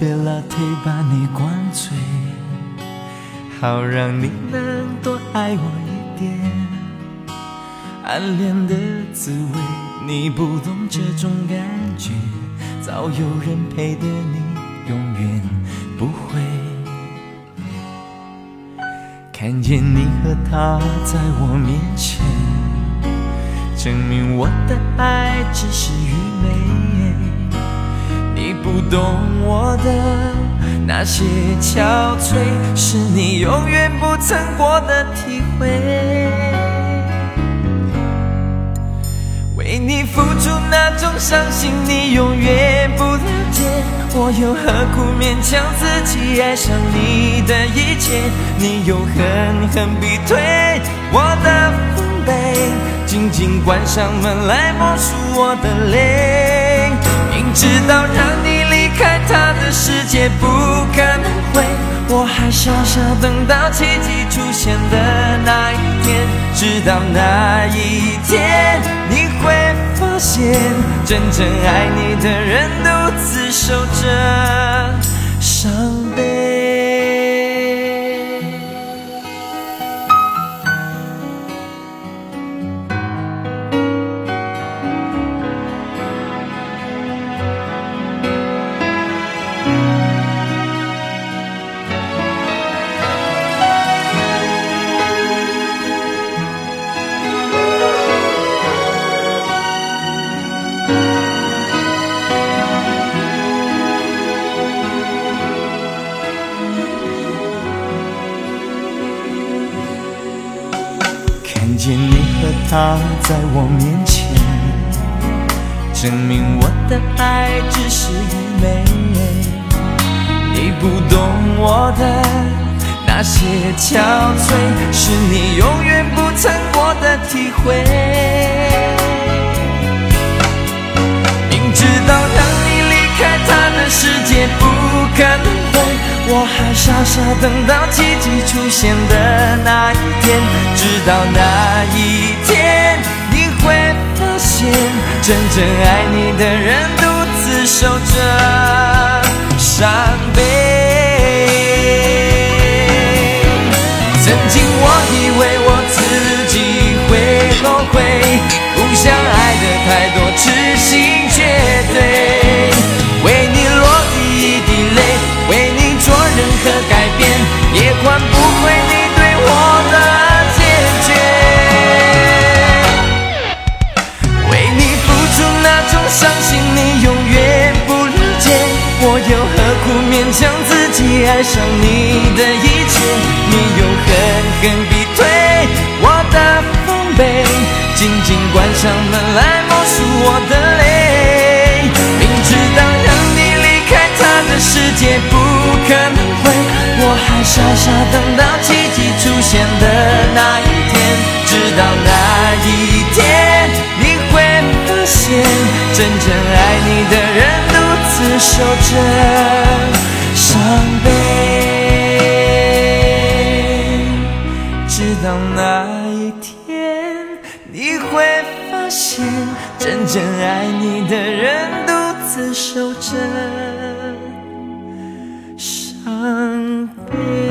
杯 latte 把你灌醉，好让你能多爱我一点。暗恋的滋味，你不懂这种感觉，早有人陪的你永远不会。看见你和他在我面前，证明我的爱只是愚昧。你不懂我的那些憔悴，是你永远不曾过的体会。为你付出那种伤心，你永远不了解。我又何苦勉强自己爱上你的一切？你又狠狠逼退我的防备，紧紧关上门来默数我的泪。明知道让你离开他的世界不可能会，我还傻傻等到奇迹出现的那一天。直到那一天，你会发现真正爱你的人独自守着伤悲。看见你和他在我面前，证明我的爱只是愚昧。你不懂我的那些憔悴，是你永远不曾过的体会。明知道让你离开他的世界不可能会，我还傻傻等到奇迹出现的那一天。直到那一天，你会发现真正爱你的人独自守着伤悲。曾经我以为我自己会后悔，不想爱的太多，痴心绝对。为你落第一滴泪，为你做任何改变，也换不回你对我的坚决。为你付出那种伤心，你永远不了解。我又何苦勉强自己爱上你的一切？你又狠狠逼退我的防备，紧紧关上门来默数我的泪。明知道让你离开他的世界不可能会，我还傻傻等到奇迹出现的那一天。直到那一天，你会发现真正爱你的人独自守着伤悲。直到那一天，你会发现真正爱你的人独自守着伤悲。